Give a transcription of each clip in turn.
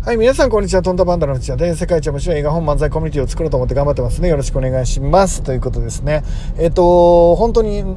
はい、皆さんこんにちは。トンタパンダの内田で世界一面白い映画本漫才コミュニティを作ろうと思って頑張ってますね。よろしくお願いします。ということですね。本当に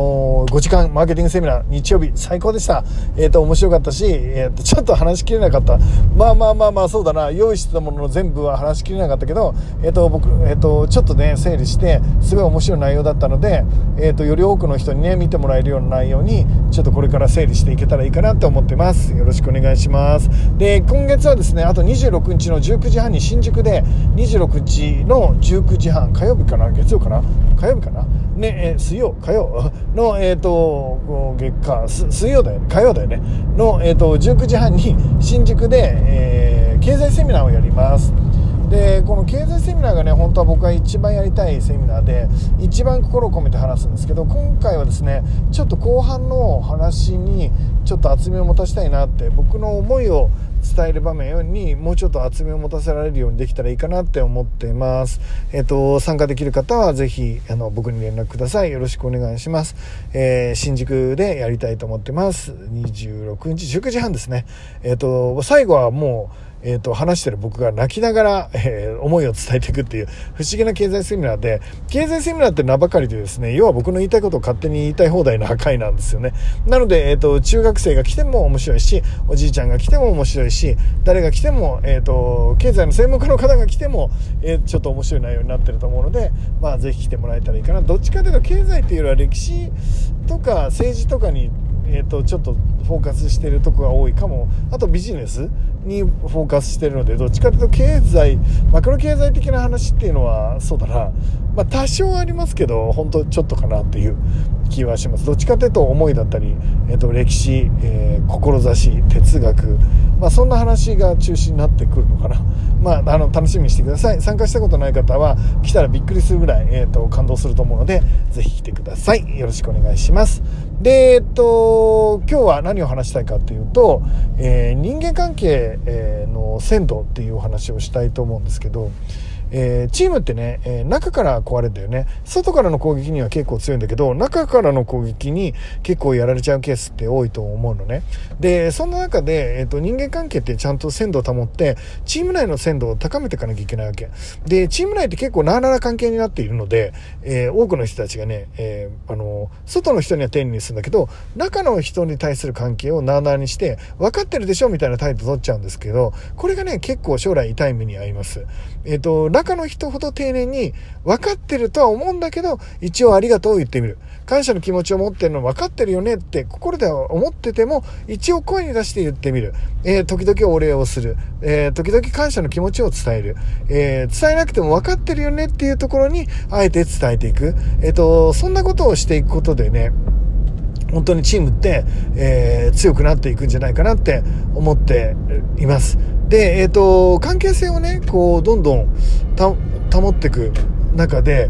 5時間マーケティングセミナー日曜日最高でした。面白かったし、ちょっと話しきれなかった。まあそうだな。用意してたものの全部は話しきれなかったけど、僕ちょっとね整理してすごい面白い内容だったので、より多くの人にね見てもらえるような内容にちょっとこれから整理していけたらいいかなと思ってます。よろしくお願いします。で、今月はですね、あと26日の19時半に新宿で26日の19時半火曜日かな月曜かな火曜日かなね、水曜火曜の月火水曜だよね火曜だよねの19時半に新宿で、経済セミナーをやります。でこの経済セミナーがね本当は僕が一番やりたいセミナーで一番心を込めて話すんですけど、今回はですねちょっと後半の話にちょっと厚みを持たせたいなって、僕の思いを伝える場面にもうちょっと厚みを持たせられるようにできたらいいかなって思っています。参加できる方はぜひ僕に連絡ください。よろしくお願いします。新宿でやりたいと思ってます。26日19時半ですね。最後はもう話してる僕が泣きながら、思いを伝えていくっていう不思議な経済セミナーで、経済セミナーって名ばかりでですね、要は僕の言いたいことを勝手に言いたい放題な会なんですよね。なので、中学生が来ても面白いし、おじいちゃんが来ても面白いし、誰が来ても、経済の専門家の方が来ても、ちょっと面白い内容になってると思うので、ぜひ来てもらえたらいいかな。どっちかというと経済っていうよりは歴史とか政治とかにちょっとフォーカスしているところが多いかも。あとビジネスにフォーカスしているので、どっちかというと経済マクロ経済的な話っていうのはそうだな、多少ありますけど本当ちょっとかなっていう気はします。どっちかというと思いだったり、歴史、志、哲学、そんな話が中心になってくるのかな。楽しみにしてください。参加したことない方は来たらびっくりするぐらい、感動すると思うのでぜひ来てください。よろしくお願いします。で、今日は何を話したいかというと、人間関係の鮮度っていうお話をしたいと思うんですけど、チームってね、中から壊れるんだよね。外からの攻撃には結構強いんだけど、中からの攻撃に結構やられちゃうケースって多いと思うのね。で、そんな中で、人間関係ってちゃんと鮮度を保って、チーム内の鮮度を高めていかなきゃいけないわけ。で、チーム内って結構なあなあ関係になっているので、多くの人たちがね、外の人には丁寧にするんだけど、中の人に対する関係をなあなあにして、分かってるでしょみたいな態度取っちゃうんですけど、これがね、結構将来痛い目に遭います。中の人ほど丁寧に分かってるとは思うんだけど、一応ありがとうを言ってみる。感謝の気持ちを持ってるの分かってるよねって心では思ってても、一応声に出して言ってみる。時々お礼をする。時々感謝の気持ちを伝える。伝えなくても分かってるよねっていうところにあえて伝えていく。そんなことをしていくことでね、本当にチームって、強くなっていくんじゃないかなって思っています。で、関係性をねこうどんどん保っていく中で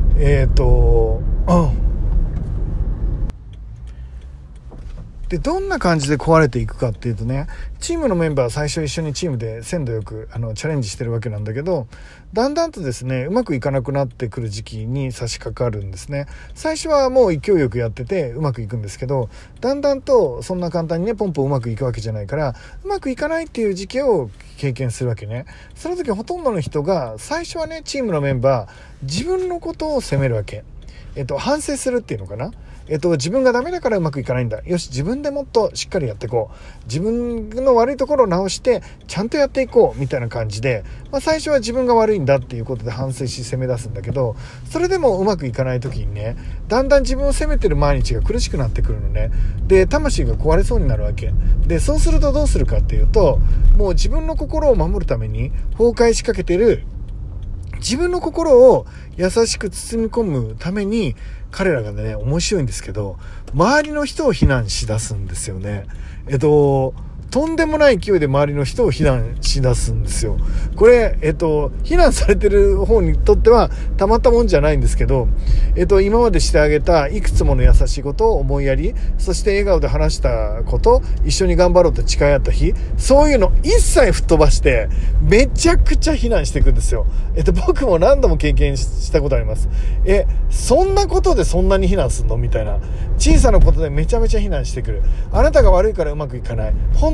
でどんな感じで壊れていくかっていうとね、チームのメンバー最初一緒にチームで鮮度よくチャレンジしてるわけなんだけど、だんだんとですねうまくいかなくなってくる時期に差し掛かるんですね。最初はもう勢いよくやっててうまくいくんですけど、だんだんとそんな簡単にねポンポンうまくいくわけじゃないから、うまくいかないっていう時期を経験するわけね。その時ほとんどの人が最初はねチームのメンバー自分のことを責めるわけ。反省するっていうのかな。自分がダメだからうまくいかないんだ。よし、自分でもっとしっかりやっていこう。自分の悪いところを直してちゃんとやっていこうみたいな感じで、最初は自分が悪いんだっていうことで反省し責め出すんだけど、それでもうまくいかない時にね、だんだん自分を責めてる毎日が苦しくなってくるのね。で、魂が壊れそうになるわけで、そうするとどうするかっていうと、もう自分の心を守るために崩壊しかけてる自分の心を優しく包み込むために彼らがね面白いんですけど、周りの人を非難しだすんですよね。とんでもない勢いで周りの人を非難しだすんですよ。これ、非難されてる方にとってはたまったもんじゃないんですけど、今までしてあげたいくつもの優しいことを思いやり、そして笑顔で話したこと、一緒に頑張ろうと誓い合った日、そういうの一切吹っ飛ばしてめちゃくちゃ非難していくんですよ。僕も何度も経験したことあります。そんなことでそんなに非難すんのみたいな。小さなことでめちゃめちゃ非難してくる。あなたが悪いからうまくいかない。本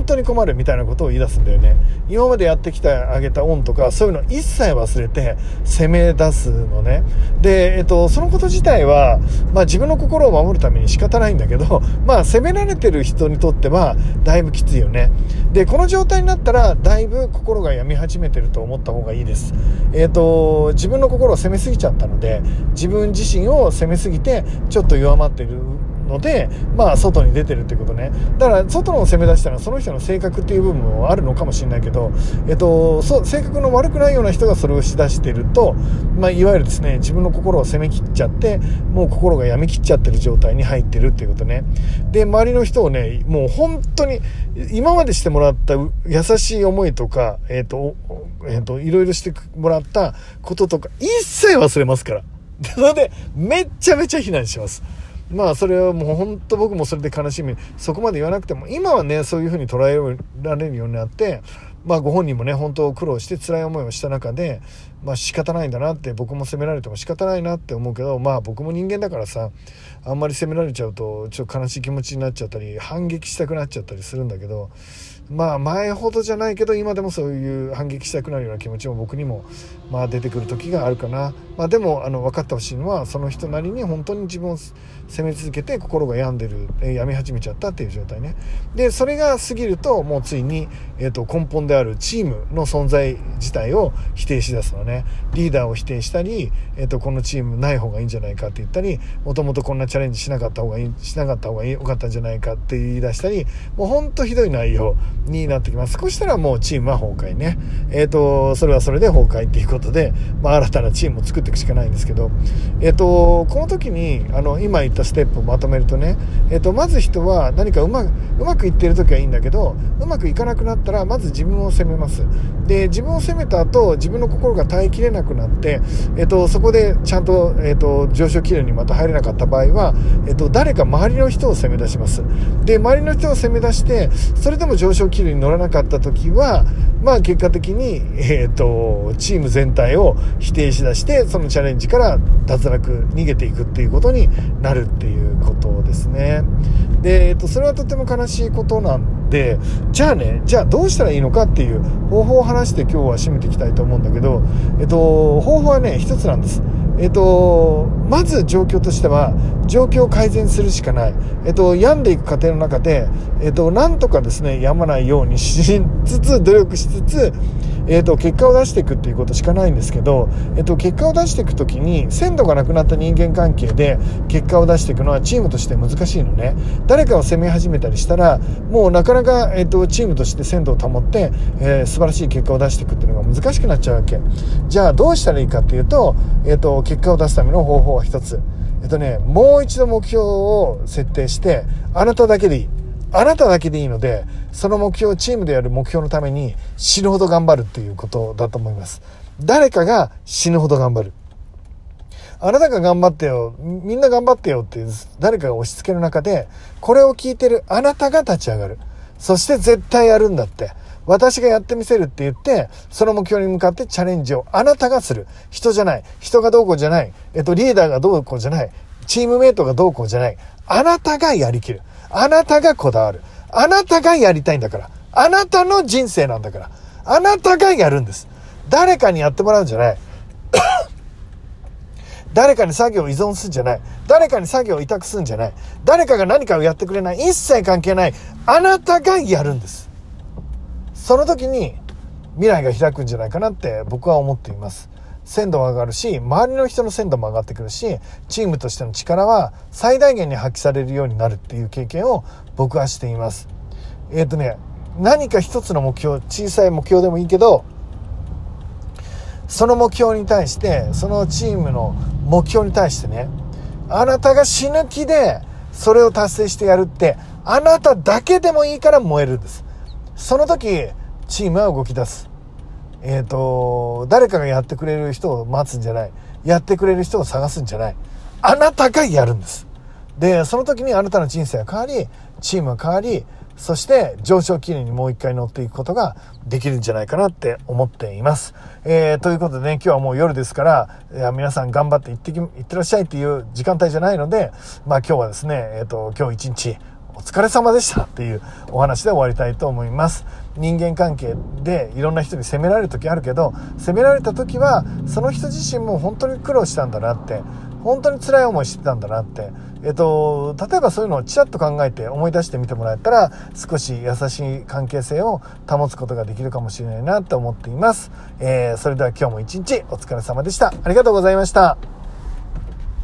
本当に困るみたいなことを言い出すんだよね。今までやってきてあげた恩とかそういうの一切忘れて攻め出すのね。で、そのこと自体は、自分の心を守るために仕方ないんだけど、攻められてる人にとってはだいぶきついよね。で、この状態になったらだいぶ心が病み始めてると思った方がいいです。自分の心を責めすぎちゃったので、自分自身を責めすぎてちょっと弱まってるので、外に出てるってことね。だから外の攻め出したらその人の性格っていう部分もあるのかもしれないけど、性格の悪くないような人がそれをしだしてると、いわゆるですね、自分の心を責めきっちゃって、もう心が病みきっちゃってる状態に入ってるっていうことね。で、周りの人をね、もう本当に今までしてもらった優しい思いとか、いろいろしてもらったこととか一切忘れますから。なのでめっちゃめちゃ非難します。それはもう本当僕もそれで悲しみ、そこまで言わなくても今はね、そういうふうに捉えられるようになって、ご本人もね、本当苦労して辛い思いをした中で、仕方ないんだなって、僕も責められても仕方ないなって思うけど、僕も人間だからさ、あんまり責められちゃうとちょっと悲しい気持ちになっちゃったり、反撃したくなっちゃったりするんだけど、前ほどじゃないけど今でもそういう反撃したくなるような気持ちも僕にも出てくる時があるかな。でも分かってほしいのは、その人なりに本当に自分を責め続けて心が病み始めちゃったっていう状態ね。でそれが過ぎるともうついに、根本であるチームの存在自体を否定しだすのね。リーダーを否定したり、このチームない方がいいんじゃないかって言ったり、もともとこんなチャレンジしなかった方がよかったんじゃないかって言い出したり、もう本当ひどい内容になってきます。少したらもうチームは崩壊ね。それはそれで崩壊っていうことで、新たなチームを作っていくしかないんですけど、この時に今言ったステップをまとめるとね、まず人は何かうまくいってる時はいいんだけど、うまくいかなくなったらまず自分を責めます。で自分を責めた後、自分の心が耐えきれなくなって、そこでちゃんと、上昇気流にまた入れなかった場合は、誰か周りの人を責め出します。で周りの人を責め出して、それでも上昇気流に乗らなかった時は、結果的に、チーム全体を否定しだして、そのチャレンジから脱落逃げていくっていうことになるっていうことですね。で、それはとても悲しいことなんで、じゃあどうしたらいいのかっていう方法を話して今日は締めていきたいと思うんだけど、方法はね一つなんです。まず状況としては状況を改善するしかない。病んでいく過程の中で、なんとかですね、病まないようにしつつ、努力しつつ、結果を出していくっていうことしかないんですけど、結果を出していくときに鮮度がなくなった人間関係で結果を出していくのはチームとして難しいのね。誰かを責め始めたりしたら、もうなかなか、チームとして鮮度を保って、素晴らしい結果を出していくっていうのが難しくなっちゃうわけ。じゃあどうしたらいいかっていうと、結果を出すための方法は一つ。もう一度目標を設定して、あなただけでいいので、その目標、チームでやる目標のために死ぬほど頑張るっていうことだと思います。誰かが死ぬほど頑張る。あなたが頑張ってよ、みんな頑張ってよっていう誰かが押し付ける中で、これを聞いてるあなたが立ち上がる。そして絶対やるんだって。私がやってみせるって言って、その目標に向かってチャレンジをあなたがする。人じゃない。人がどうこうじゃない。リーダーがどうこうじゃない。チームメイトがどうこうじゃない。あなたがやりきる。あなたがこだわる。あなたがやりたいんだから。あなたの人生なんだから。あなたがやるんです。誰かにやってもらうんじゃない。誰かに作業を依存するんじゃない。誰かに作業を委託するんじゃない。誰かが何かをやってくれない。一切関係ない。あなたがやるんです。その時に未来が開くんじゃないかなって僕は思っています。鮮度が上がるし、周りの人の鮮度も上がってくるし、チームとしての力は最大限に発揮されるようになるっていう経験を僕はしています。何か一つの目標、小さい目標でもいいけど、その目標に対して、そのチームの目標に対してね、あなたが死ぬ気でそれを達成してやるって、あなただけでもいいから燃えるんです。その時チームは動き出す。誰かがやってくれる人を待つんじゃない。やってくれる人を探すんじゃない。あなたがやるんです。で、その時にあなたの人生は変わり、チームは変わり、そして上昇気流にもう一回乗っていくことができるんじゃないかなって思っています。ということでね、今日はもう夜ですから、皆さん頑張って行ってらっしゃいっていう時間帯じゃないので、今日はですね、今日一日お疲れ様でしたっていうお話で終わりたいと思います。人間関係でいろんな人に責められる時あるけど、責められた時はその人自身も本当に苦労したんだなって、本当に辛い思いしてたんだなって、例えばそういうのをちらっと考えて思い出してみてもらえたら、少し優しい関係性を保つことができるかもしれないなと思っています。それでは今日も一日お疲れ様でした。ありがとうございました。